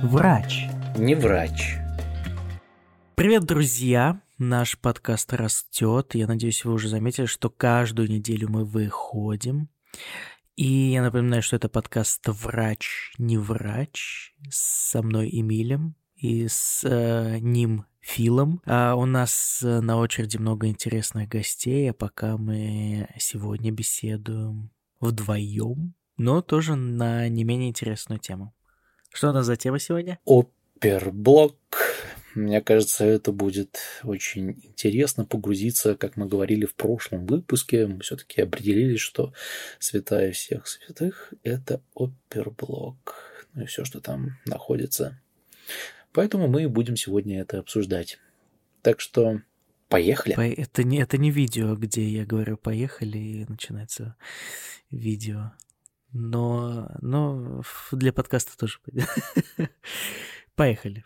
Врач. Не врач. Привет, друзья! Наш подкаст растет. Я надеюсь, вы уже заметили, что каждую неделю мы выходим. И я напоминаю, что это подкаст «Врач, не врач» со мной Эмилем и с ним Филом. У нас на очереди много интересных гостей, а пока мы сегодня беседуем вдвоем, но тоже на не менее интересную тему. Что у нас за тема сегодня? Оперблок. Мне кажется, это будет очень интересно погрузиться, как мы говорили в прошлом выпуске. Мы все-таки определились, что святая всех святых – это оперблок. Ну и все, что там находится. Поэтому мы будем сегодня это обсуждать. Так что поехали. Это не видео, где я говорю «поехали» и начинается видео. Но для подкаста тоже пойдет. Поехали.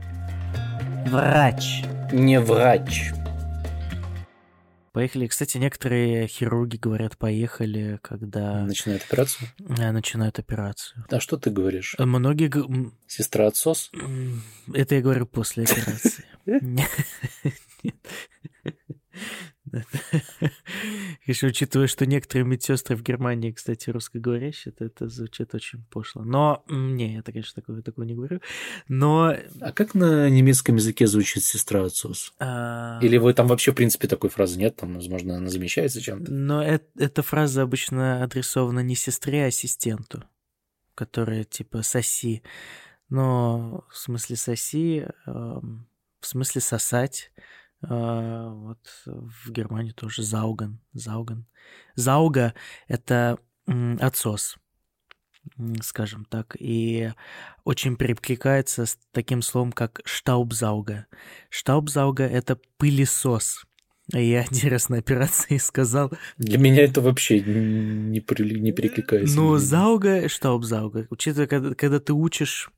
Врач. Не врач. Поехали. Кстати, некоторые хирурги говорят «поехали», когда Начинают операцию? Начинают операцию. А что ты говоришь? Многие... Сестра-отсос? Это я говорю после операции. Нет. Конечно, учитывая, что некоторые медсестры в Германии, кстати, русскоговорящие, это звучит очень пошло. Но, не, я, конечно, такого не говорю. Но... А как на немецком языке звучит сестра-отсос? Или вы там вообще, в принципе, такой фразы нет? Там, возможно, она замещается чем-то? Но эта фраза обычно адресована не сестре, а ассистенту, которая типа «соси». Но в смысле «соси», в смысле «сосать». Вот в Германии тоже зауган. Зауга – это отсос, скажем так, и очень перекликается с таким словом, как штаубзауга. Штаубзауга – это пылесос. Я один раз на операции сказал... Для меня это вообще не перекликается. Ну, зауга, штаубзауга. Учитывая, когда ты учишь...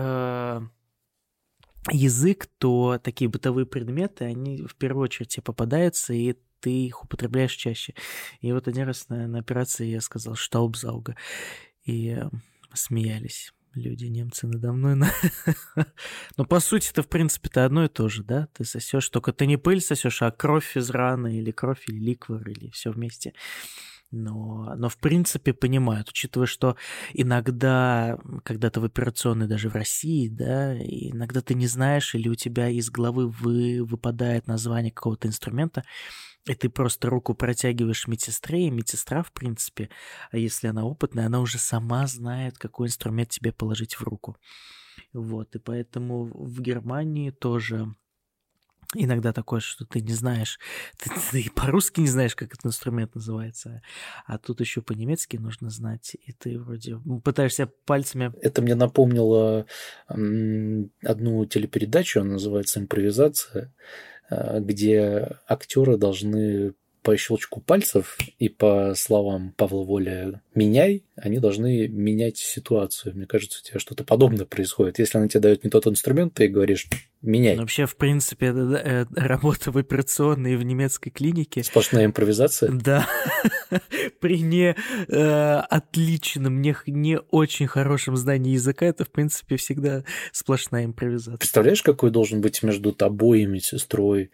язык, то такие бытовые предметы, они в первую очередь тебе попадаются, и ты их употребляешь чаще. И вот один раз на операции я сказал «штаубзауга», и смеялись люди, немцы надо мной. Но по сути это в принципе-то одно и то же, да? Ты сосешь, только ты не пыль сосешь, а кровь из раны, или кровь, или ликвор, или все вместе. Но в принципе понимают, учитывая, что иногда, когда ты в операционной, даже в России, да, иногда ты не знаешь, или у тебя из головы выпадает название какого-то инструмента, и ты просто руку протягиваешь медсестре, и медсестра, в принципе, а если она опытная, она уже сама знает, какой инструмент тебе положить в руку. Вот, и поэтому в Германии тоже... Иногда такое, что ты не знаешь, ты по-русски не знаешь, как этот инструмент называется, а тут еще по-немецки нужно знать, и ты вроде пытаешься пальцами... Это мне напомнило одну телепередачу, она называется «Импровизация», где актеры должны по щелчку пальцев и по словам Павла Воля «меняй», они должны менять ситуацию. Мне кажется, у тебя что-то подобное происходит. Если она тебе дает не тот инструмент, ты говоришь «меняй». Вообще, в принципе, работа в операционной и в немецкой клинике... Сплошная импровизация? Да. При не отличном, не очень хорошем знании языка, это, в принципе, всегда сплошная импровизация. Представляешь, какой должен быть между тобой и медсестрой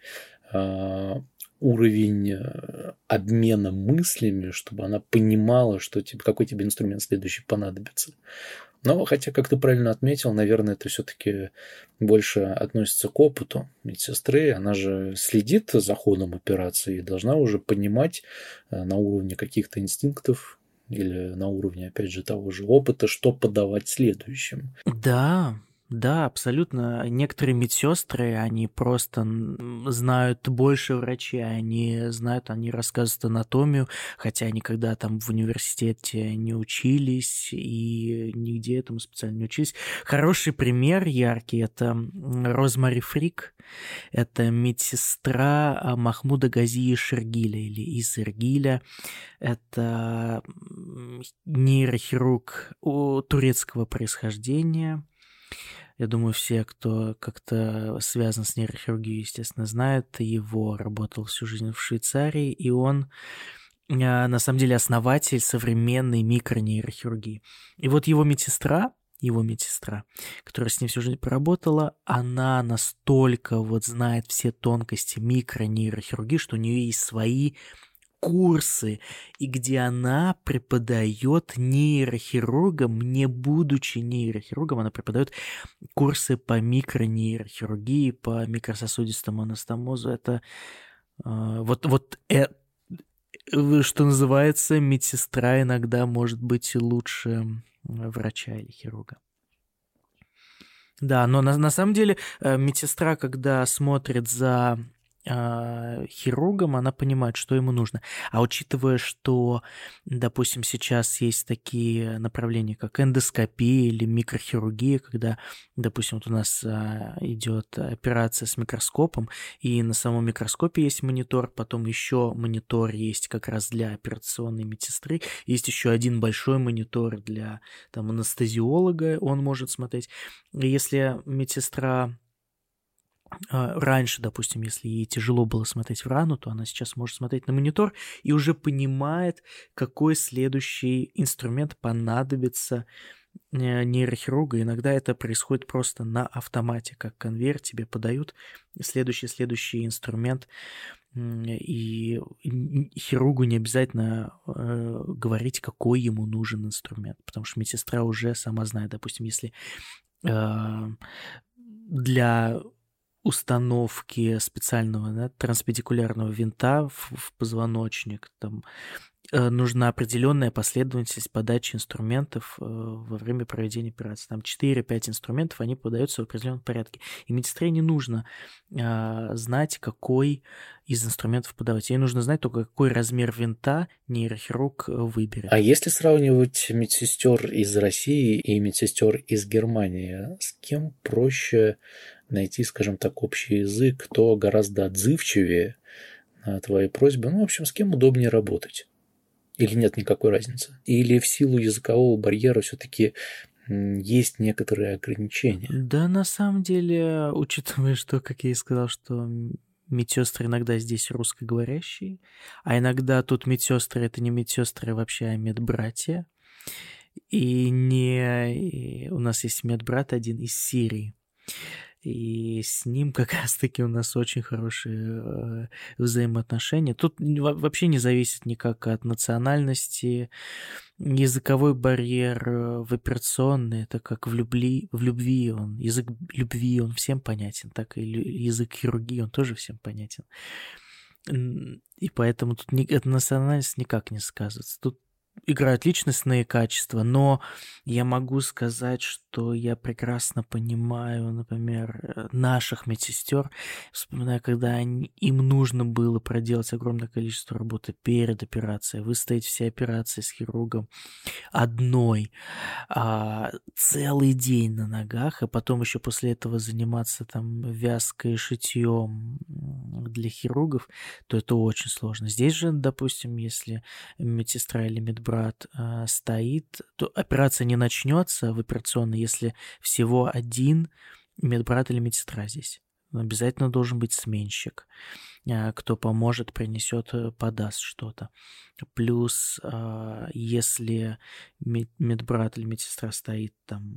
уровень обмена мыслями, чтобы она понимала, что какой тебе инструмент следующий понадобится. Но, хотя, как ты правильно отметил, наверное, это все-таки больше относится к опыту медсестры. Она же следит за ходом операции и должна уже понимать на уровне каких-то инстинктов или на уровне, опять же, того же опыта, что подавать следующим. Да, абсолютно. Некоторые медсестры, они просто знают больше врачей, они знают, они рассказывают анатомию, хотя они никогда там в университете не учились и нигде этому специально не учились. Хороший пример яркий – это Розмари Фрик. Это медсестра Махмуда Газии Шергиля или из Иргиля. Это нейрохирург турецкого происхождения. Я думаю, все, кто как-то связан с нейрохирургией, естественно, знают. Его работал всю жизнь в Швейцарии, и он на самом деле основатель современной микронейрохирургии. И вот его медсестра его медсестра, которая с ним всю жизнь поработала, она настолько вот знает все тонкости микронейрохирургии, что у нее есть свои курсы, и где она преподает нейрохирургам, не будучи нейрохирургом, она преподает курсы по микронейрохирургии, по микрососудистому анастомозу. Это что называется, медсестра иногда может быть лучше врача или хирурга. Да, но на самом деле медсестра, когда смотрит за хирургом, она понимает, что ему нужно. А учитывая, что, допустим, сейчас есть такие направления, как эндоскопия или микрохирургия, когда, допустим, вот у нас идет операция с микроскопом, и на самом микроскопе есть монитор, потом еще монитор есть как раз для операционной медсестры, есть еще один большой монитор для там анестезиолога, он может смотреть. И если медсестра раньше, допустим, если ей тяжело было смотреть в рану, то она сейчас может смотреть на монитор и уже понимает, какой следующий инструмент понадобится нейрохирургу. Иногда это происходит просто на автомате, как конвейер тебе подают следующий инструмент, и хирургу не обязательно говорить, какой ему нужен инструмент, потому что медсестра уже сама знает, допустим, если для установки специального транспедикулярного винта в позвоночник там нужна определенная последовательность подачи инструментов во время проведения операции. Там 4-5 инструментов, они подаются в определенном порядке. И медсестре не нужно знать, какой из инструментов подавать. Ей нужно знать только, какой размер винта нейрохирург выберет. А если сравнивать медсестер из России и медсестер из Германии, с кем проще найти, скажем так, общий язык, кто гораздо отзывчивее на твои просьбы? Ну, в общем, с кем удобнее работать? Или нет никакой разницы? Или в силу языкового барьера все-таки есть некоторые ограничения? Да, на самом деле, учитывая, что, как я и сказал, что медсестры иногда здесь русскоговорящие, а иногда тут медсестры это не медсестры вообще, а медбратья. И у нас есть медбрат один из Сирии. И с ним как раз-таки у нас очень хорошие взаимоотношения. Тут вообще не зависит никак от национальности. Языковой барьер в операционной, это как в любви он, язык любви, он всем понятен, так и язык хирургии, он тоже всем понятен. И поэтому тут эта национальность никак не сказывается. Тут играют личностные качества, но я могу сказать, что я прекрасно понимаю, например, наших медсестер, вспоминаю, когда им нужно было проделать огромное количество работы перед операцией, выстоять все операции с хирургом одной, целый день на ногах, и потом еще после этого заниматься там вязкой, шитьем для хирургов, то это очень сложно. Здесь же, допустим, если медсестра или медбрат стоит, то операция не начнется в операционной, если всего один медбрат или медсестра здесь. Обязательно должен быть сменщик, кто поможет, принесет, подаст что-то. Плюс, если медбрат или медсестра стоит там...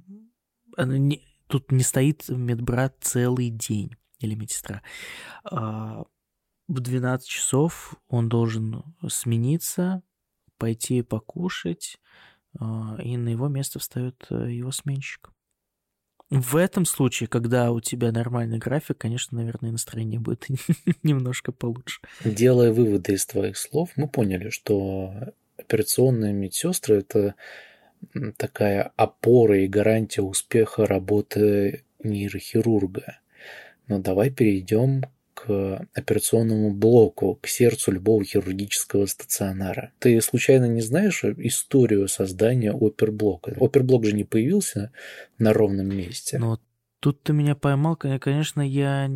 Тут не стоит медбрат целый день или медсестра. В 12 часов он должен смениться, пойти покушать, и на его место встает его сменщик. В этом случае, когда у тебя нормальный график, конечно, наверное, настроение будет немножко получше. Делая выводы из твоих слов, мы поняли, что операционные медсестры – это такая опора и гарантия успеха работы нейрохирурга. Но давай перейдем к операционному блоку, к сердцу любого хирургического стационара. Ты случайно не знаешь историю создания оперблока? Оперблок же не появился на ровном месте. Но тут ты меня поймал, конечно, я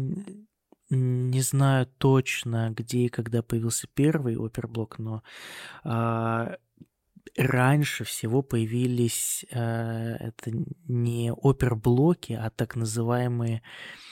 не знаю точно, где и когда появился первый оперблок, но раньше всего появились это не оперблоки, а так называемые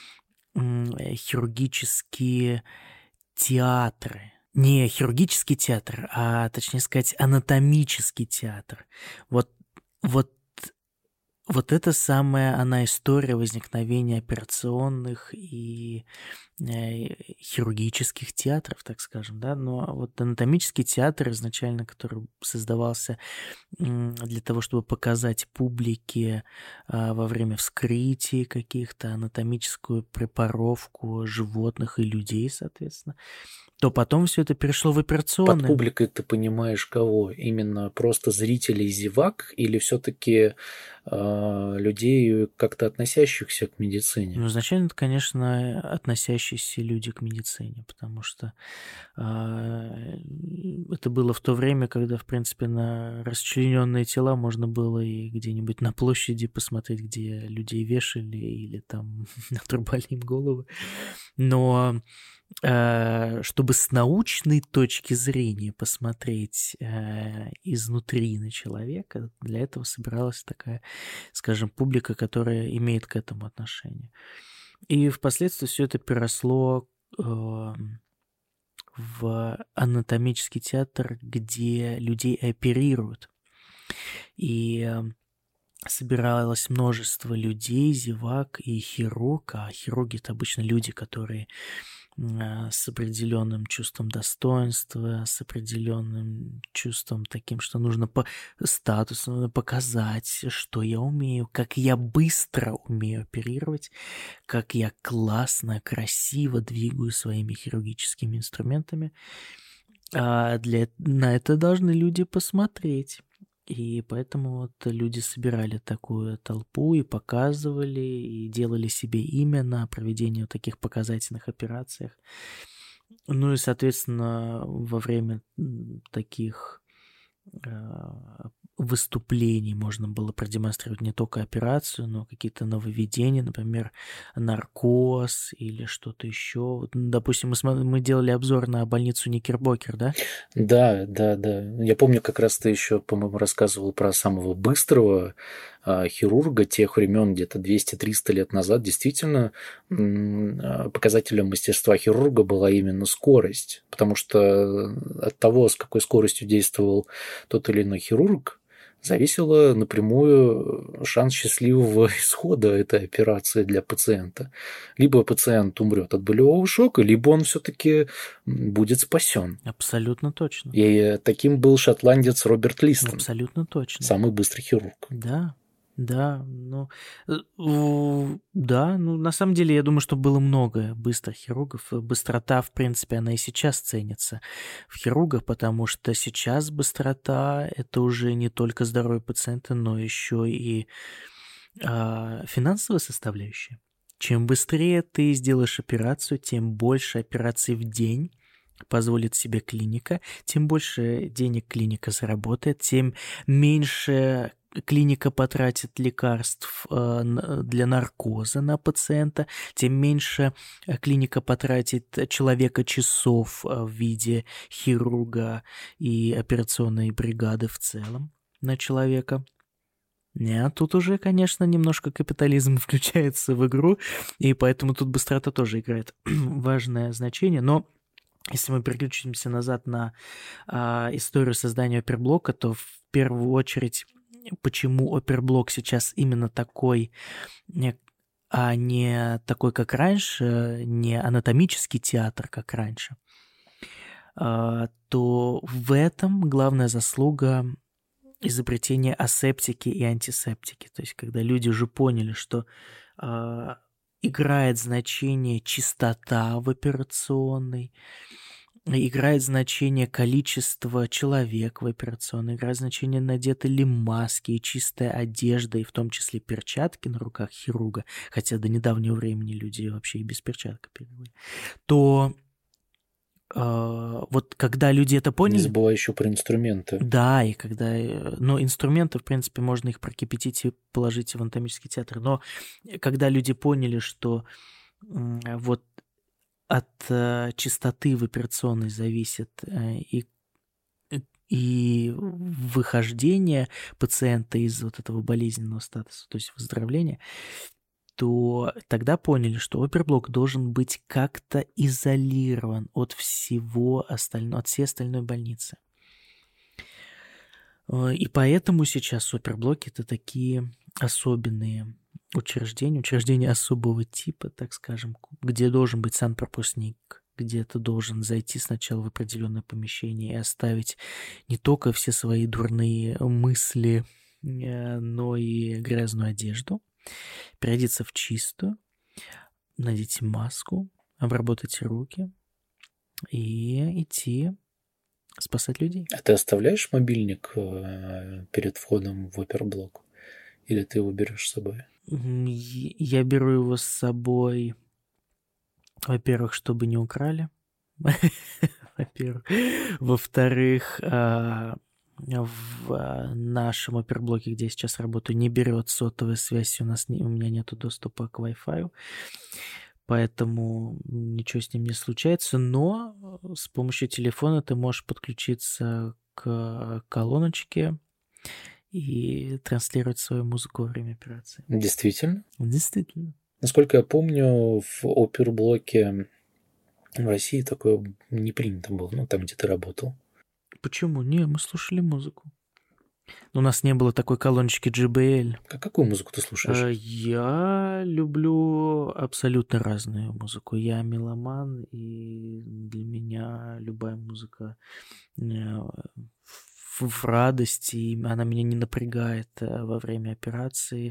хирургические театры. Не хирургический театр, а точнее сказать анатомический театр. Вот вот это самая она история возникновения операционных и хирургических театров, так скажем, да, но вот анатомический театр изначально, который создавался для того, чтобы показать публике во время вскрытий каких-то анатомическую препаровку животных и людей, соответственно, то потом все это перешло в Под операционные. публикой ты понимаешь кого? Именно просто зрителей зевак или все-таки людей, как-то относящихся к медицине? Ну, изначально это, конечно, относящиеся люди к медицине, потому что это было в то время, когда, в принципе, на расчлененные тела можно было и где-нибудь на площади посмотреть, где людей вешали или там отрубали им головы. Но чтобы с научной точки зрения посмотреть изнутри на человека, для этого собиралась такая, скажем, публика, которая имеет к этому отношение. И впоследствии все это переросло в анатомический театр, где людей оперируют. И собиралось множество людей, зевак и хирург. А хирурги — это обычно люди, которые с определенным чувством достоинства, с определенным чувством таким, что нужно по статусу, нужно показать, что я умею, как я быстро умею оперировать, как я классно, красиво двигаю своими хирургическими инструментами. На это должны люди посмотреть. И поэтому вот люди собирали такую толпу и показывали, и делали себе имя на проведении вот таких показательных операциях. Ну и, соответственно, во время таких выступлений можно было продемонстрировать не только операцию, но какие-то нововведения, например, наркоз или что-то еще. Вот, допустим, мы делали обзор на больницу Никербокер, да? Да. Я помню, как раз ты еще, по-моему, рассказывал про самого быстрого хирурга тех времен, где-то 200-300 лет назад. Действительно, показателем мастерства хирурга была именно скорость, потому что от того, с какой скоростью действовал тот или иной хирург, зависело напрямую шанс счастливого исхода этой операции для пациента. Либо пациент умрет от болевого шока, либо он все-таки будет спасен. Абсолютно точно. И таким был шотландец Роберт Листон. Абсолютно точно. Самый быстрый хирург. Да, на самом деле, я думаю, что было много быстрых хирургов. Быстрота, в принципе, она и сейчас ценится в хирургах, потому что сейчас быстрота – это уже не только здоровье пациента, но еще и финансовая составляющая. Чем быстрее ты сделаешь операцию, тем больше операций в день позволит себе клиника, тем больше денег клиника заработает, тем меньше клиника потратит лекарств для наркоза на пациента, тем меньше клиника потратит человека часов в виде хирурга и операционной бригады в целом на человека. Нет, тут уже, конечно, немножко капитализм включается в игру, и поэтому тут быстрота тоже играет важное значение, но если мы переключимся назад на историю создания оперблока, то в первую очередь, почему оперблок сейчас именно такой, а не такой, как раньше, не анатомический театр, как раньше, то в этом главная заслуга изобретения асептики и антисептики. То есть, когда люди уже поняли, что играет значение чистота в операционной, играет значение количество человек в операционной, играет значение, надеты ли маски и чистая одежда, и в том числе перчатки на руках хирурга, хотя до недавнего времени люди вообще и без перчаток оперировали, то вот когда люди это поняли... Не забывай еще про инструменты. Да, и когда... Но инструменты, в принципе, можно их прокипятить и положить в анатомический театр. Но когда люди поняли, что вот от чистоты в операционной зависит и выхождение пациента из вот этого болезненного статуса, то есть выздоровления, то тогда поняли, что оперблок должен быть как-то изолирован от всего остального, от всей остальной больницы. И поэтому сейчас суперблоки — это такие особенные учреждения особого типа, так скажем, где должен быть санпропускник, где ты должен зайти сначала в определенное помещение и оставить не только все свои дурные мысли, но и грязную одежду, переодеться в чистую, надеть маску, обработать руки и идти спасать людей. А ты оставляешь мобильник перед входом в оперблок? Или ты его берешь с собой? Я беру его с собой, во-первых, чтобы не украли. Во-первых. Во-вторых, в нашем оперблоке, где я сейчас работаю, не берет сотовая связь, у меня нету доступа к Wi-Fi, поэтому ничего с ним не случается, но с помощью телефона ты можешь подключиться к колоночке и транслировать свою музыку во время операции. Действительно? Действительно. Насколько я помню, в оперблоке в России такое не принято было, ну, там, где ты работал. Почему? Не, мы слушали музыку. У нас не было такой колоночки JBL. А какую музыку ты слушаешь? Я люблю абсолютно разную музыку. Я меломан, и для меня любая музыка в радости, и она меня не напрягает во время операции.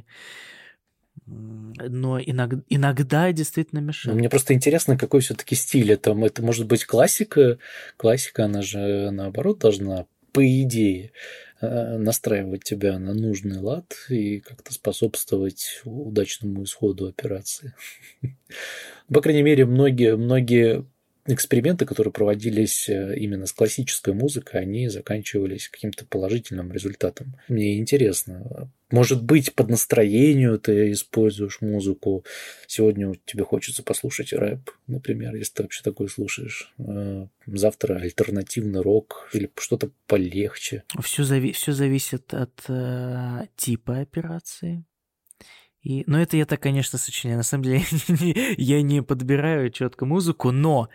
Но иногда действительно мешает. Мне просто интересно, какой все-таки стиль. Это может быть классика. Классика, она же наоборот должна, по идее, настраивать тебя на нужный лад и как-то способствовать удачному исходу операции. По крайней мере, многие эксперименты, которые проводились именно с классической музыкой, они заканчивались каким-то положительным результатом. Мне интересно, может быть, под настроению ты используешь музыку. Сегодня тебе хочется послушать рэп, например, если ты вообще такое слушаешь. Завтра альтернативный рок или что-то полегче. Все зависит от типа операции. Но это я так, конечно, сочиняю. На самом деле я не подбираю четко музыку, но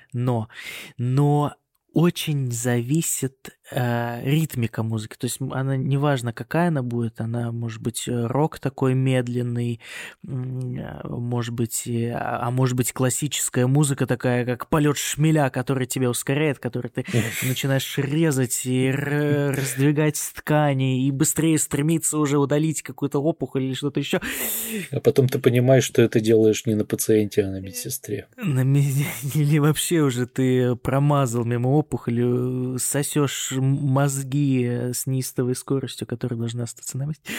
очень зависит ритмика музыки. То есть она, неважно, какая она будет, она может быть рок такой медленный, может быть классическая музыка такая, как полет шмеля, который тебя ускоряет, который ты начинаешь резать и раздвигать ткани, и быстрее стремиться уже удалить какую-то опухоль или что-то еще. А потом ты понимаешь, что это делаешь не на пациенте, а на медсестре. Или вообще уже ты промазал мимо опухоли, сосешь мозги с неистовой скоростью, которая должна остаться на месте.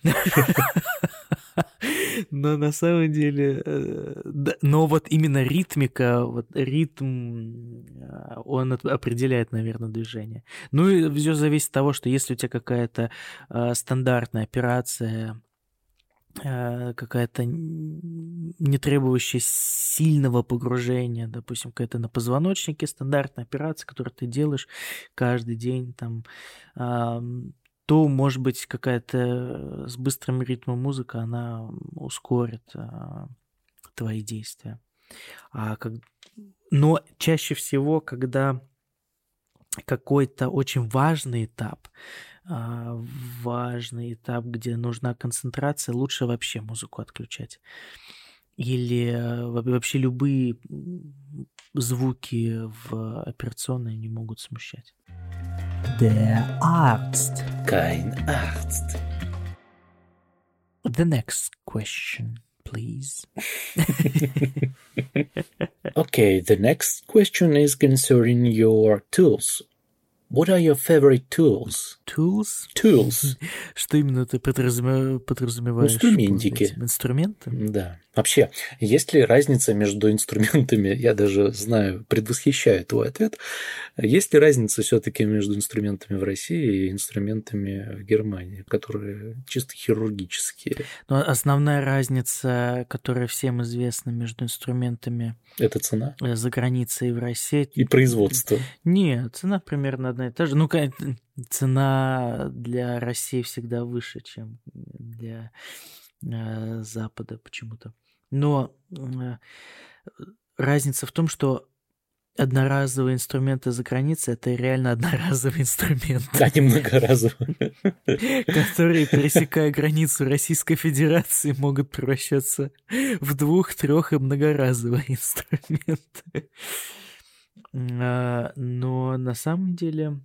Но на самом деле, но вот именно ритмика, вот ритм, он определяет, наверное, движение. Ну и все зависит от того, что если у тебя какая-то стандартная операция, какая-то не требующая сильного погружения, допустим, какая-то на позвоночнике стандартная операция, которую ты делаешь каждый день, там, то, может быть, какая-то с быстрым ритмом музыка, она ускорит твои действия. Но чаще всего, когда какой-то очень важный этап, где нужна концентрация, лучше вообще музыку отключать. Или вообще любые звуки в операционной не могут смущать. Der Arzt. Kein Arzt. The next question, please. Okay, the next question is concerning your tools. What are your favorite tools? Tools? Tools. Что именно ты подразумеваешь? Инструментики. Инструменты? Да. Вообще, есть ли разница между инструментами? Я даже знаю, предвосхищаю твой ответ. Есть ли разница все-таки между инструментами в России и инструментами в Германии, которые чисто хирургические? Но основная разница, которая всем известна между инструментами... Это цена? За границей и в России. И производство? Нет, цена примерно одна и та же. Ну, цена для России всегда выше, чем для Запада почему-то. Но разница в том, что одноразовые инструменты за границей — это реально одноразовые инструменты, А не многоразовые. которые, пересекая границу Российской Федерации, могут превращаться в 2-, 3- и многоразовые инструменты. Но на самом деле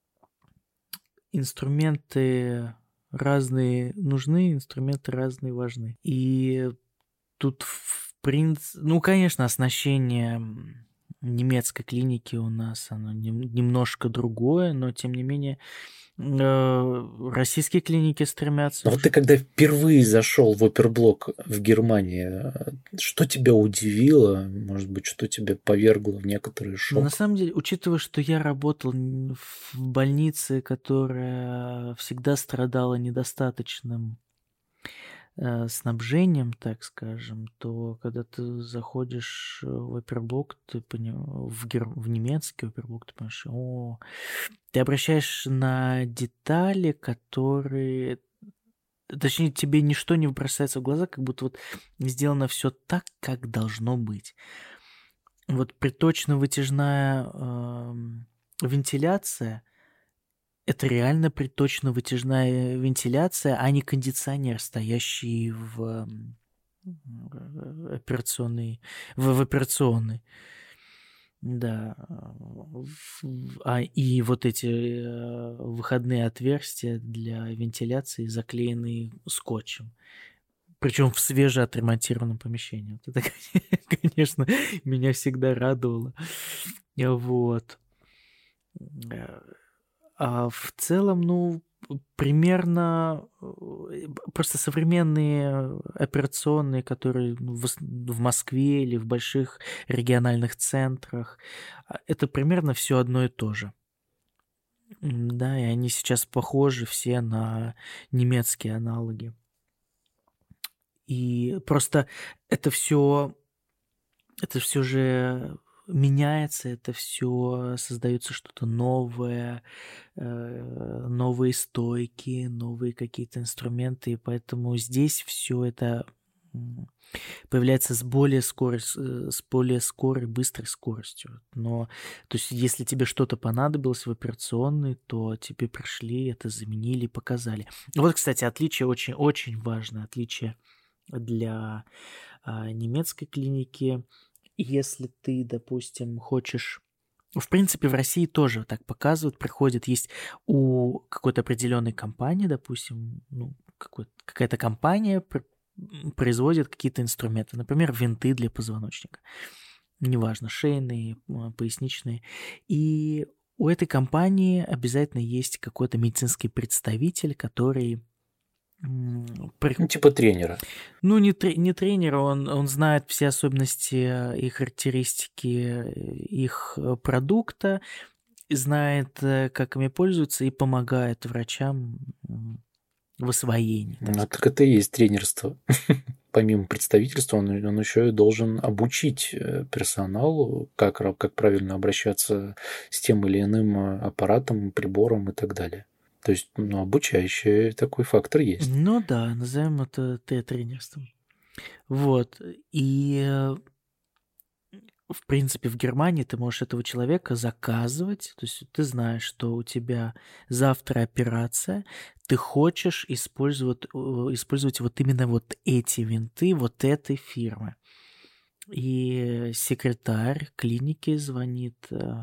инструменты разные нужны, инструменты разные важны. И тут, ну, конечно, оснащение немецкой клиники у нас, оно немножко другое, но, тем не менее, российские клиники стремятся... Но вот ты когда впервые зашел в оперблок в Германии, что тебя удивило, может быть, что тебя повергло в некоторый шок? На самом деле, учитывая, что я работал в больнице, которая всегда страдала недостаточным снабжением, так скажем, то когда ты заходишь в оперблок, ты в немецкий оперблок, ты понимаешь, ты обращаешь на детали, которые... Точнее, тебе ничто не бросается в глаза, как будто вот сделано все так, как должно быть. Вот приточно-вытяжная вентиляция — это реально приточно-вытяжная вентиляция, а не кондиционер, стоящий в операционной. Да. И вот эти выходные отверстия для вентиляции заклеены скотчем. Причем в свежеотремонтированном помещении. Вот это, конечно, меня всегда радовало. Вот. А в целом, примерно просто современные операционные, которые в Москве или в больших региональных центрах, это примерно все одно и то же. Да, и они сейчас похожи все на немецкие аналоги. И просто это все же меняется, это все создается что-то новое, новые стойки, новые какие-то инструменты, и поэтому здесь все это появляется с более скорой, быстрой скоростью. Но, то есть, если тебе что-то понадобилось в операционной, то тебе пришли, это заменили, показали. Вот, кстати, отличие очень важное, отличие для немецкой клиники. Если ты, допустим, хочешь... В принципе, в России тоже так показывают, приходит, есть у какой-то определенной компании, допустим, какая-то компания производит какие-то инструменты, например, винты для позвоночника, неважно, шейные, поясничные, и у этой компании обязательно есть какой-то медицинский представитель, который... типа тренера. Не тренера, он знает все особенности и характеристики их продукта, знает, как ими пользуются, и помогает врачам в освоении. Так это и есть тренерство. Помимо представительства, он еще и должен обучить персоналу, как правильно обращаться с тем или иным аппаратом, прибором и так далее. То есть, обучающий такой фактор есть. Да, назовем это тренерством. Вот. И в принципе, в Германии ты можешь этого человека заказывать, то есть ты знаешь, что у тебя завтра операция, ты хочешь использовать вот именно вот эти винты вот этой фирмы. И секретарь клиники звонит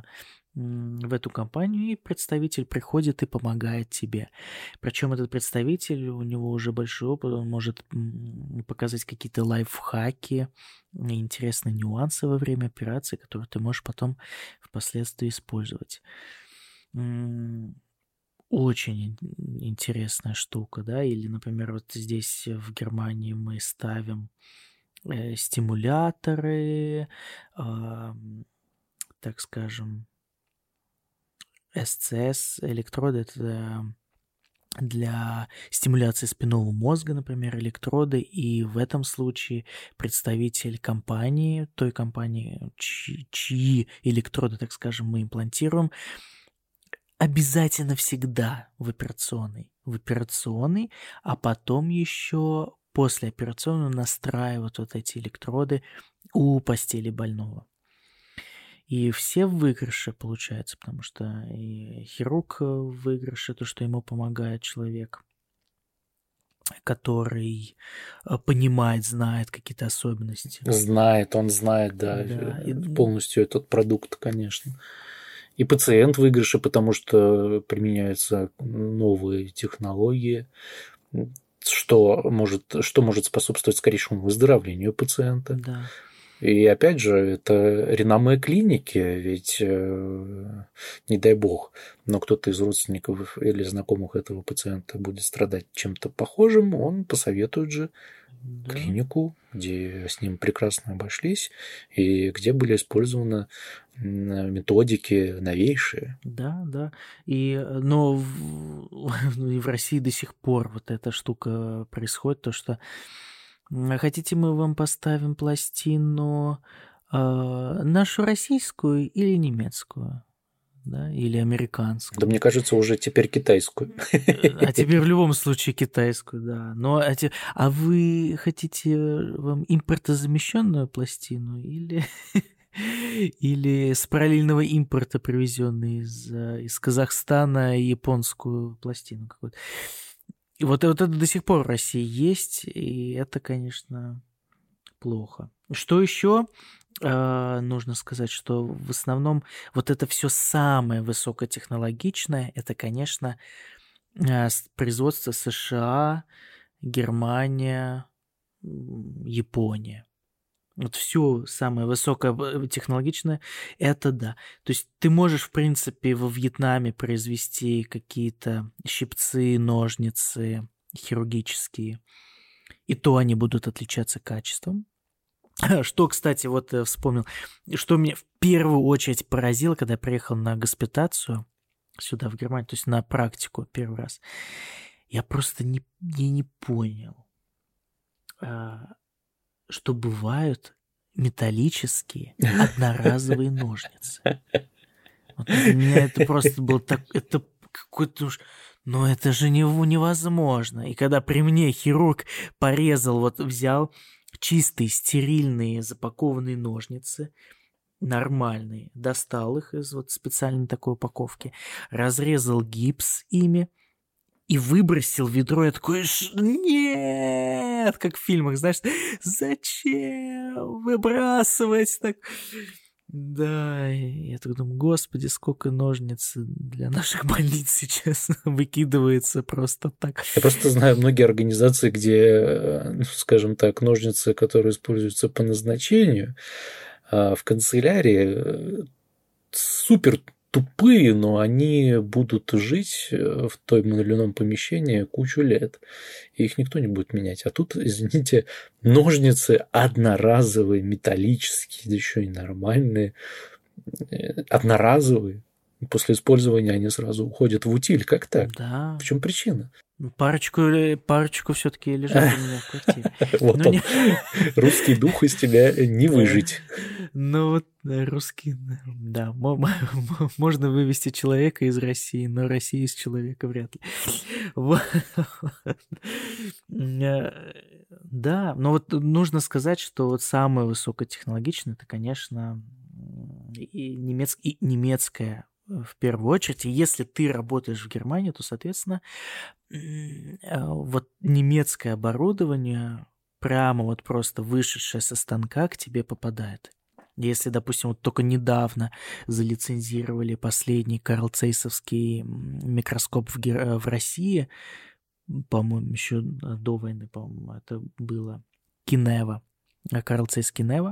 в эту компанию, и представитель приходит и помогает тебе. Причем этот представитель, у него уже большой опыт, он может показать какие-то лайфхаки, интересные нюансы во время операции, которые ты можешь потом впоследствии использовать. Очень интересная штука, да, или, например, вот здесь в Германии мы ставим стимуляторы, так скажем, СЦС электроды — это для стимуляции спинного мозга, например, электроды, и в этом случае представитель компании, той компании, чьи электроды, так скажем, мы имплантируем, обязательно всегда в операционной, а потом еще послеоперационно настраивают вот эти электроды у постели больного. И все в выигрыше, получается, потому что и хирург в выигрыше, то, что ему помогает человек, который понимает, знает какие-то особенности. Он знает, да, Да, полностью этот продукт, конечно. И пациент в выигрыше, потому что применяются новые технологии, что может способствовать скорейшему выздоровлению пациента. да. И опять же, это реноме клиники, ведь, не дай бог, но кто-то из родственников или знакомых этого пациента будет страдать чем-то похожим, он посоветует же Да. клинику, где с ним прекрасно обошлись и где были использованы методики новейшие. Да, да. Но и в России до сих пор вот эта штука происходит, то что хотите, мы вам поставим пластину нашу российскую или немецкую, да, или американскую. Да мне кажется, уже теперь китайскую. А теперь в любом случае китайскую, да. А вы хотите вам импортозамещенную пластину или или с параллельного импорта привезенную из Казахстана японскую пластину какую-то? И вот это до сих пор в России есть, и это, конечно, плохо. Что еще нужно сказать, что в основном вот это все самое высокотехнологичное, это, конечно, производство США, Германия, Япония. Вот все самое высокотехнологичное, это да. То есть ты можешь, в принципе, во Вьетнаме произвести какие-то щипцы, ножницы хирургические, и то они будут отличаться качеством. Что, кстати, вот вспомнил, что меня в первую очередь поразило, когда я приехал на госпитацию сюда, в Германию, то есть на практику первый раз, я просто не понял, что бывают металлические одноразовые ножницы. Вот для меня это просто было так... Это какой-то уж... Но это же невозможно. И когда при мне хирург порезал, вот взял чистые, стерильные, запакованные ножницы, нормальные, достал их из вот специальной такой упаковки, разрезал гипс ими, и выбросил ведро. Я такой, нет, как в фильмах, знаешь, зачем выбрасывать так? Да, я так думаю, господи, сколько ножниц для наших больниц сейчас выкидывается просто так. Я просто знаю многие организации, где, скажем так, ножницы, которые используются по назначению, в канцелярии супер тупые, но они будут жить в том или ином помещении кучу лет, и их никто не будет менять. А тут, извините, ножницы одноразовые, металлические, да еще и нормальные, одноразовые. После использования они сразу уходят в утиль. Как так? Да. В чем причина? Парочку все-таки лежат у меня в квартире. Вот он, русский дух из тебя не выжить. Ну вот русский, да, можно вывести человека из России, но Россию из человека вряд ли. Да, но вот нужно сказать, что вот самое высокотехнологичное, это, конечно, и немецкая в первую очередь. И если ты работаешь в Германии, то, соответственно, вот немецкое оборудование, прямо вот просто вышедшее со станка, к тебе попадает. Если, допустим, вот только недавно залицензировали последний Карл Цейсовский микроскоп в России, по-моему, еще до войны, по-моему, это было Кинева, Карл Цейс Кинева.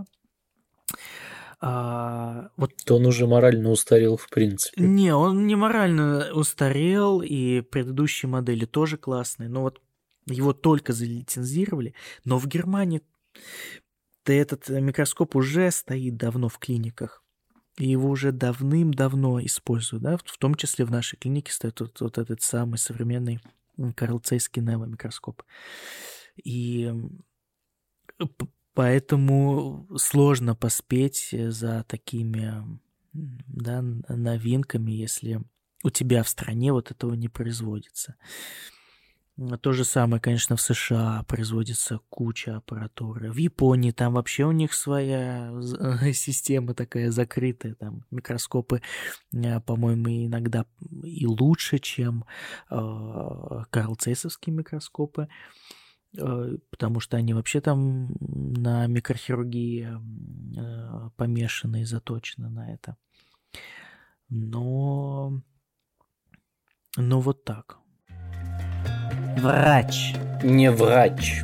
Вот... То он уже морально устарел, в принципе. Не, он не морально устарел, и предыдущие модели тоже классные, но вот его только залицензировали, но в Германии этот микроскоп уже стоит давно в клиниках, и его уже давным-давно используют, да, в том числе в нашей клинике стоит вот этот самый современный Карл Цейс Кинева микроскоп. И поэтому сложно поспеть за такими, да, новинками, если у тебя в стране вот этого не производится. То же самое, конечно, в США производится куча аппаратуры. В Японии там вообще у них своя система такая закрытая. Там микроскопы, по-моему, иногда и лучше, чем Карл Цейсовские микроскопы, потому что они вообще там на микрохирургии помешаны и заточены на это. Но вот так. Врач. Не врач.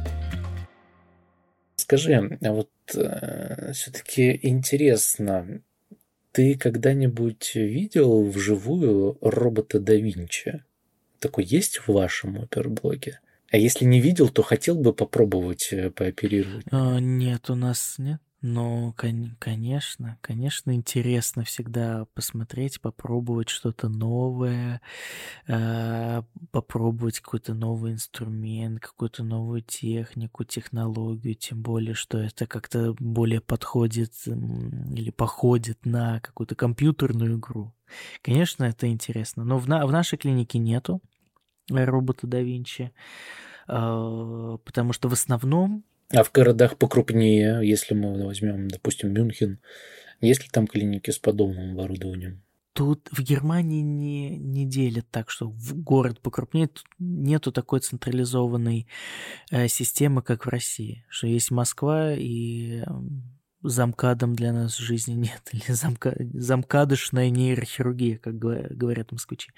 Скажи, а вот все-таки интересно, ты когда-нибудь видел вживую робота да Винчи? Такой есть в вашем оперблоге? А если не видел, то хотел бы попробовать пооперировать? Нет, у нас нет. Но, конечно, интересно всегда посмотреть, попробовать что-то новое, попробовать какой-то новый инструмент, какую-то новую технику, технологию, тем более, что это как-то более подходит или походит на какую-то компьютерную игру. Конечно, это интересно, но в нашей клинике нету робота да Винчи, потому что в основном... А в городах покрупнее, если мы возьмем, допустим, Мюнхен, есть ли там клиники с подобным оборудованием? Тут в Германии не делят так, что в город покрупнее, тут нету такой централизованной системы, как в России, что есть Москва и замкадом для нас жизни нет, или замкадышная нейрохирургия, как говорят москвичи.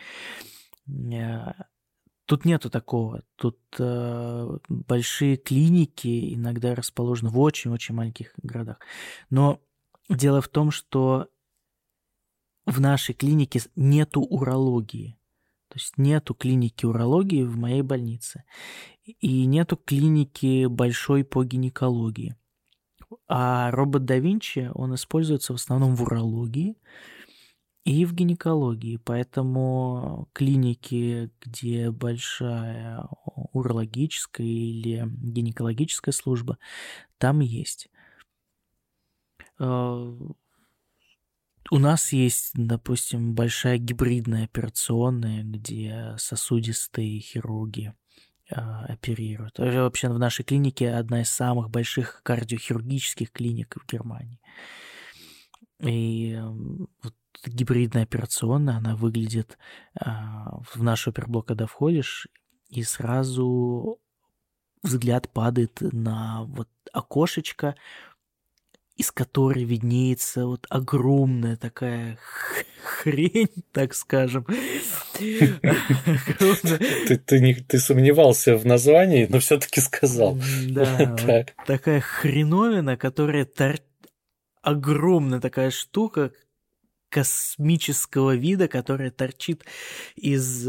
Тут нету такого. Тут большие клиники иногда расположены в очень-очень маленьких городах. Но дело в том, что в нашей клинике нету урологии. То есть нету клиники урологии в моей больнице. И нету клиники большой по гинекологии. А робот да Винчи, он используется в основном в урологии и в гинекологии, поэтому клиники, где большая урологическая или гинекологическая служба, там есть. У нас есть, допустим, большая гибридная операционная, где сосудистые хирурги оперируют. Вообще в нашей клинике одна из самых больших кардиохирургических клиник в Германии. И вот гибридная операционная, она выглядит в наш оперблок, когда входишь, и сразу взгляд падает на вот окошечко, из которой виднеется вот огромная такая хрень, так скажем. Ты сомневался в названии, но все-таки сказал. Да, такая хреновина, которая огромная такая штука космического вида, которая торчит из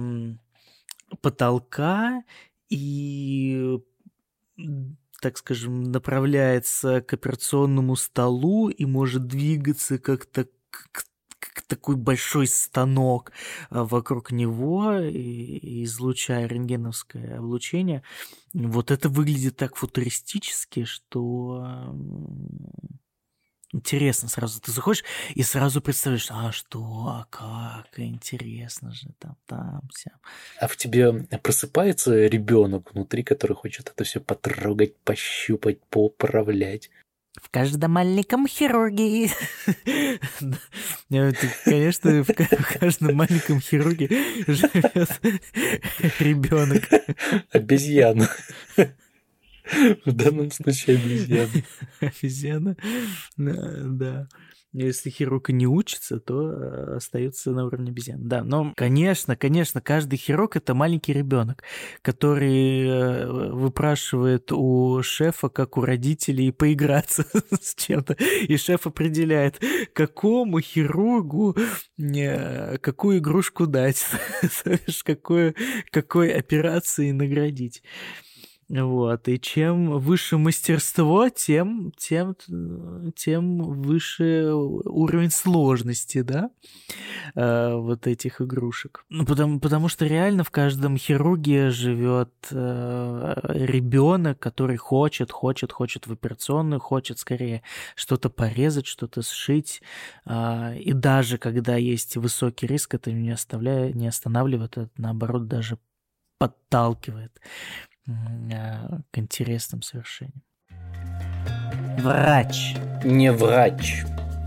потолка и, так скажем, направляется к операционному столу и может двигаться как такой большой станок вокруг него, и излучая рентгеновское облучение. Вот это выглядит так футуристически, что интересно сразу. Ты заходишь и сразу представляешь, как, интересно же, там, сям. А в тебе просыпается ребенок внутри, который хочет это все потрогать, пощупать, поуправлять? В каждом маленьком хирурге. Конечно, в каждом маленьком хирурге живет ребенок. Обезьяна. В данном случае обезьяна. Обезьяна, да. Если хирург не учится, то остается на уровне обезьян. Да, но, конечно, каждый хирург – это маленький ребенок, который выпрашивает у шефа, как у родителей, поиграться с чем-то. И шеф определяет, какому хирургу какую игрушку дать, какой операцией наградить. Вот, и чем выше мастерство, тем выше уровень сложности, да, вот этих игрушек. Ну, потому что реально в каждом хирурге живет ребенок, который хочет в операционную, хочет скорее что-то порезать, что-то сшить. И даже когда есть высокий риск, это не останавливает, это наоборот даже подталкивает к интересным совершениям. Врач. Не врач.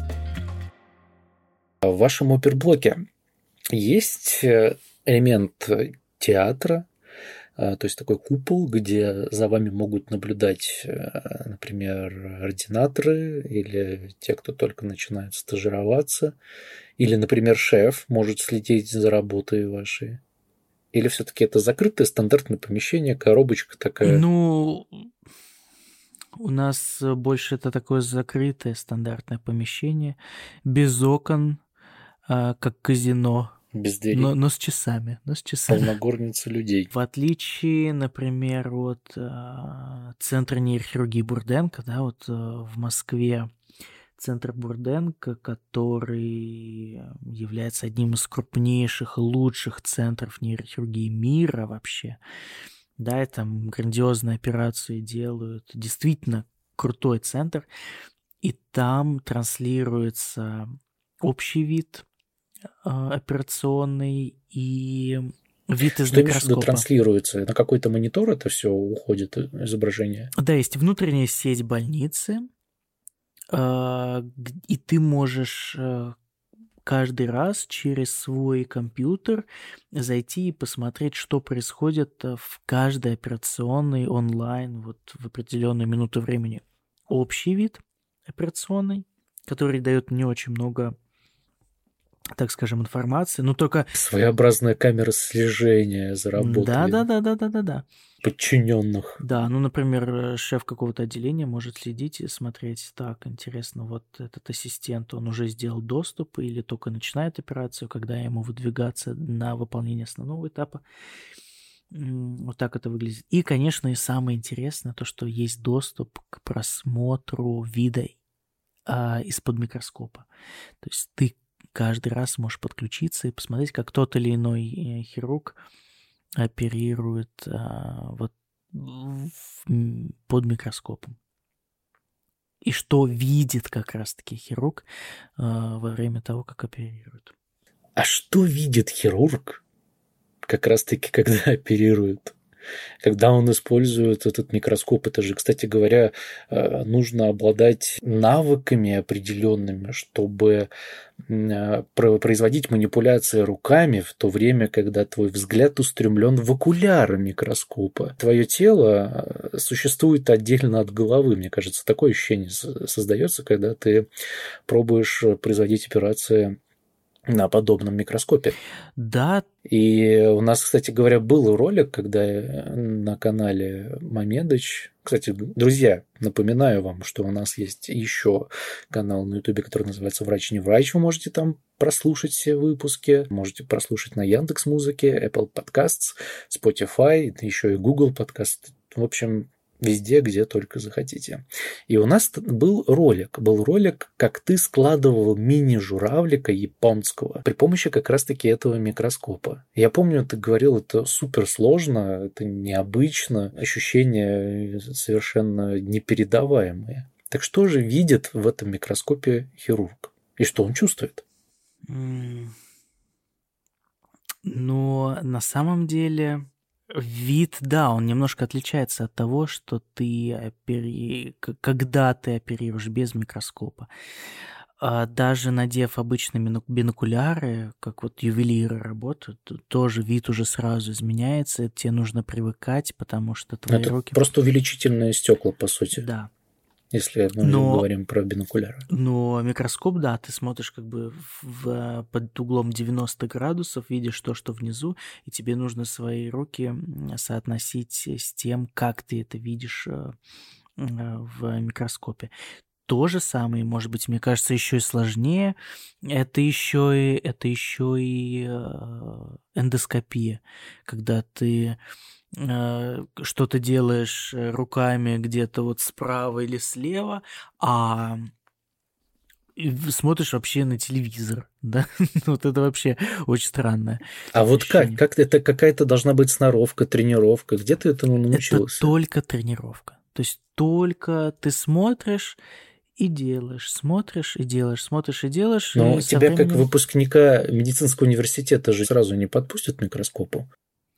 В вашем оперблоке есть элемент театра, то есть такой купол, где за вами могут наблюдать, например, ординаторы или те, кто только начинает стажироваться, или, например, шеф может следить за работой вашей? Или все-таки это закрытое стандартное помещение, коробочка такая? Ну, у нас больше это такое закрытое стандартное помещение, без окон, как казино. Без дверей. Но с часами. Полногорница людей. В отличие, например, от центра нейрохирургии Бурденко, да, вот в Москве центр Бурденко, который является одним из крупнейших, лучших центров нейрохирургии мира вообще, да, и там грандиозные операции делают, действительно крутой центр, и там транслируется общий вид операционный и вид из что микроскопа. Что транслируется? На какой-то монитор это все уходит, изображение? Да, есть внутренняя сеть больницы, и ты можешь каждый раз через свой компьютер зайти и посмотреть, что происходит в каждой операционной онлайн вот в определенную минуту времени. Общий вид операционный, который дает не очень много, так скажем, информации, но только... Своеобразная камера слежения за работой. Да. Подчиненных. Да, ну, например, шеф какого-то отделения может следить и смотреть, так, интересно, вот этот ассистент, он уже сделал доступ или только начинает операцию, когда ему выдвигаться на выполнение основного этапа. Вот так это выглядит. И, конечно, и самое интересное, то, что есть доступ к просмотру вида из-под микроскопа. То есть ты каждый раз можешь подключиться и посмотреть, как тот или иной хирург оперирует вот под микроскопом. И что видит как раз-таки хирург во время того, как оперирует. А что видит хирург как раз-таки, когда оперирует? Когда он использует этот микроскоп, это же, кстати говоря, нужно обладать навыками определенными, чтобы производить манипуляции руками в то время, когда твой взгляд устремлен в окуляры микроскопа. Твое тело существует отдельно от головы. Мне кажется, такое ощущение создается, когда ты пробуешь производить операции на подобном микроскопе. Да. И у нас, кстати говоря, был ролик, когда на канале Мамедыч. Кстати, друзья, напоминаю вам, что у нас есть еще канал на Ютубе, который называется «Врач не врач». Вы можете там прослушать все выпуски. Можете прослушать на Яндекс.Музыке, Apple Podcasts, Spotify, еще и Google Podcast. В общем, везде, где только захотите. И у нас был ролик, как ты складывал мини-журавлика японского при помощи как раз-таки этого микроскопа. Я помню, ты говорил, это супер сложно, это необычно, ощущения совершенно непередаваемые. Так что же видит в этом микроскопе хирург? И что он чувствует? Но на самом деле... Вид, да, он немножко отличается от того, что ты когда ты оперируешь без микроскопа. Даже надев обычные бинокуляры, как вот ювелиры работают, тоже вид уже сразу изменяется, тебе нужно привыкать, потому что твои руки... Просто увеличительные стекла, по сути. Да. Если мы говорим про бинокуляры. Но микроскоп, да, ты смотришь как бы под углом 90 градусов, видишь то, что внизу, и тебе нужно свои руки соотносить с тем, как ты это видишь в микроскопе. То же самое, может быть, мне кажется, еще и сложнее. Это еще и эндоскопия, когда ты что-то делаешь руками где-то вот справа или слева, а смотришь вообще на телевизор, да? Вот это вообще очень странно. А вот как это какая-то должна быть сноровка, тренировка? Где ты этому научился? Это только тренировка. То есть только ты смотришь и делаешь, смотришь и делаешь, смотришь и делаешь. Но и тебя, как выпускника медицинского университета, же сразу не подпустят к микроскопу?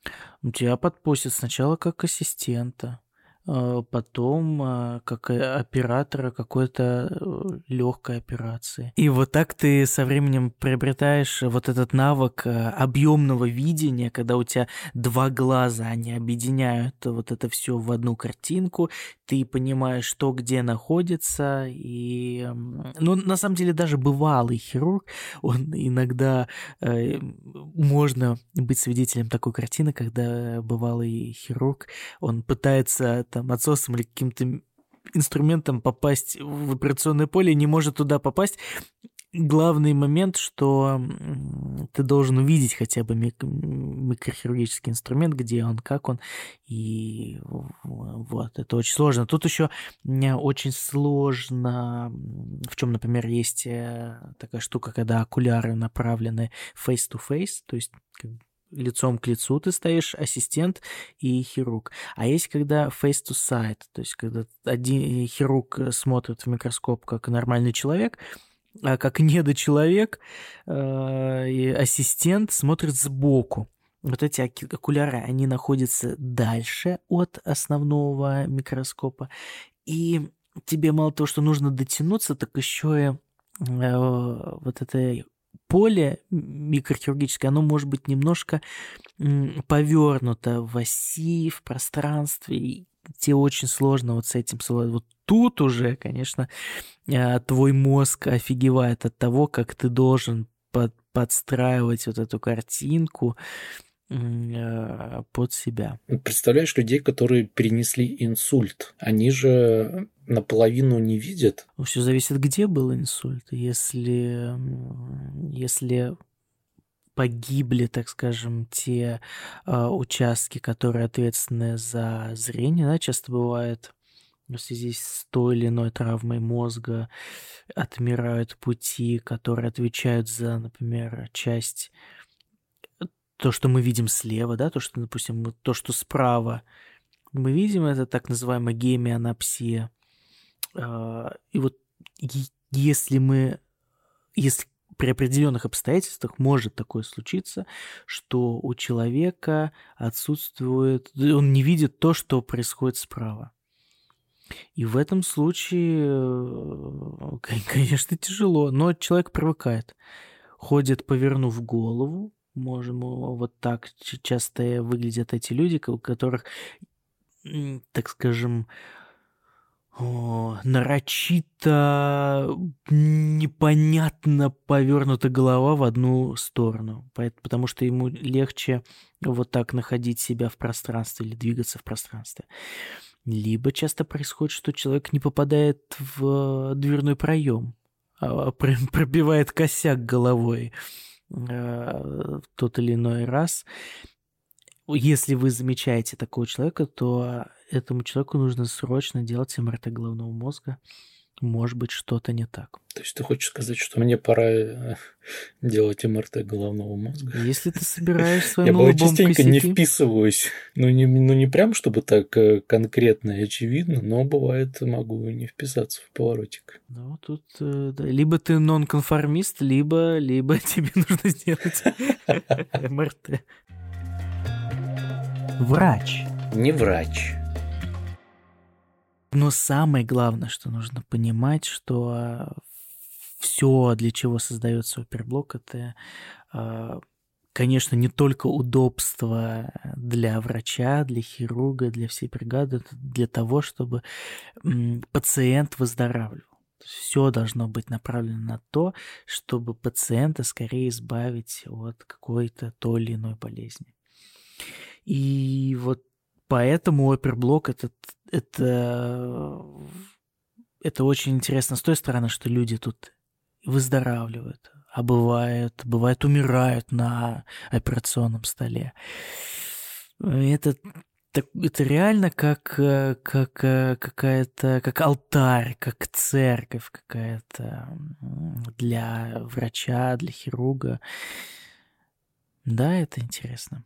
Тебя подпустят сначала как ассистента, потом как оператора какой-то легкой операции. И вот так ты со временем приобретаешь вот этот навык объемного видения, когда у тебя два глаза, они объединяют вот это все в одну картинку, ты понимаешь, что где находится, и, ну, на самом деле, даже бывалый хирург, он иногда можно быть свидетелем такой картины, когда бывалый хирург, он пытается там отсосом или каким-то инструментом попасть в операционное поле, не может туда попасть. Главный момент, что ты должен увидеть хотя бы микрохирургический инструмент, где он, как он, и вот, это очень сложно. Тут еще очень сложно, в чем, например, есть такая штука, когда окуляры направлены face-to-face, то есть лицом к лицу ты стоишь, ассистент и хирург. А есть когда face to side, то есть когда один хирург смотрит в микроскоп как нормальный человек, а как недочеловек и ассистент смотрит сбоку. Вот эти окуляры, они находятся дальше от основного микроскопа, и тебе мало того, что нужно дотянуться, так еще и вот это поле микрохирургическое, оно может быть немножко повернуто в оси, в пространстве, и тебе очень сложно вот с этим совладать. Вот тут уже, конечно, твой мозг офигевает от того, как ты должен подстраивать вот эту картинку под себя. Представляешь, людей, которые перенесли инсульт, они же наполовину не видят. Все зависит, где был инсульт. Если погибли, так скажем, те участки, которые ответственны за зрение, да, часто бывает в связи с той или иной травмой мозга отмирают пути, которые отвечают за, например, часть, то, что мы видим слева, да, то, что, допустим, то, что справа мы видим, это так называемая гемианапсия. И вот если при определенных обстоятельствах может такое случиться, что у человека отсутствует, он не видит то, что происходит справа. И в этом случае, конечно, тяжело, но человек привыкает. Ходит, повернув голову, можем вот так часто выглядят эти люди, у которых, так скажем, нарочито непонятно повернута голова в одну сторону, потому что ему легче вот так находить себя в пространстве или двигаться в пространстве. Либо часто происходит, что человек не попадает в дверной проем, а пробивает косяк головой в тот или иной раз. Если вы замечаете такого человека, то этому человеку нужно срочно делать МРТ головного мозга. Может быть, что-то не так. То есть ты хочешь сказать, что мне пора делать МРТ головного мозга? Если ты собираешь своим лбом косяки... Я частенько не вписываюсь. Не прям, чтобы так конкретно и очевидно, но бывает, могу не вписаться в поворотик. Ну, тут да, либо ты нонконформист, либо тебе нужно сделать МРТ. Врач. Не врач. Но самое главное, что нужно понимать, что все, для чего создается оперблок, это, конечно, не только удобство для врача, для хирурга, для всей бригады, это для того, чтобы пациент выздоравливал. Все должно быть направлено на то, чтобы пациента скорее избавить от какой-то той или иной болезни. И вот поэтому оперблок это очень интересно с той стороны, что люди тут выздоравливают, а бывает умирают на операционном столе. Это реально как какая-то, как алтарь, как церковь какая-то для врача, для хирурга. Да, это интересно.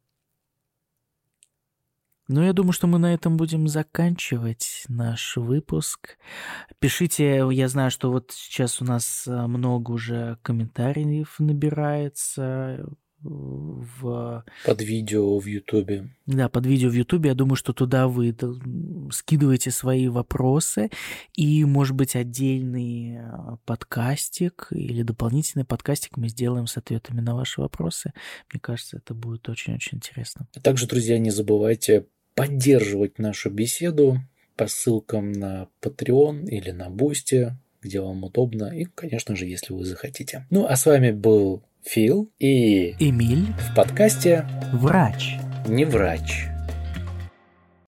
Ну, я думаю, что мы на этом будем заканчивать наш выпуск. Пишите, я знаю, что вот сейчас у нас много уже комментариев набирается. Под видео в Ютубе. Да, под видео в Ютубе. Я думаю, что туда вы скидываете свои вопросы, и, может быть, отдельный подкастик или дополнительный подкастик мы сделаем с ответами на ваши вопросы. Мне кажется, это будет очень-очень интересно. А также, друзья, не забывайте поддерживать нашу беседу по ссылкам на Patreon или на Boosty, где вам удобно, и, конечно же, если вы захотите. Ну, а с вами был Фил и Эмиль в подкасте «Врач». Не врач.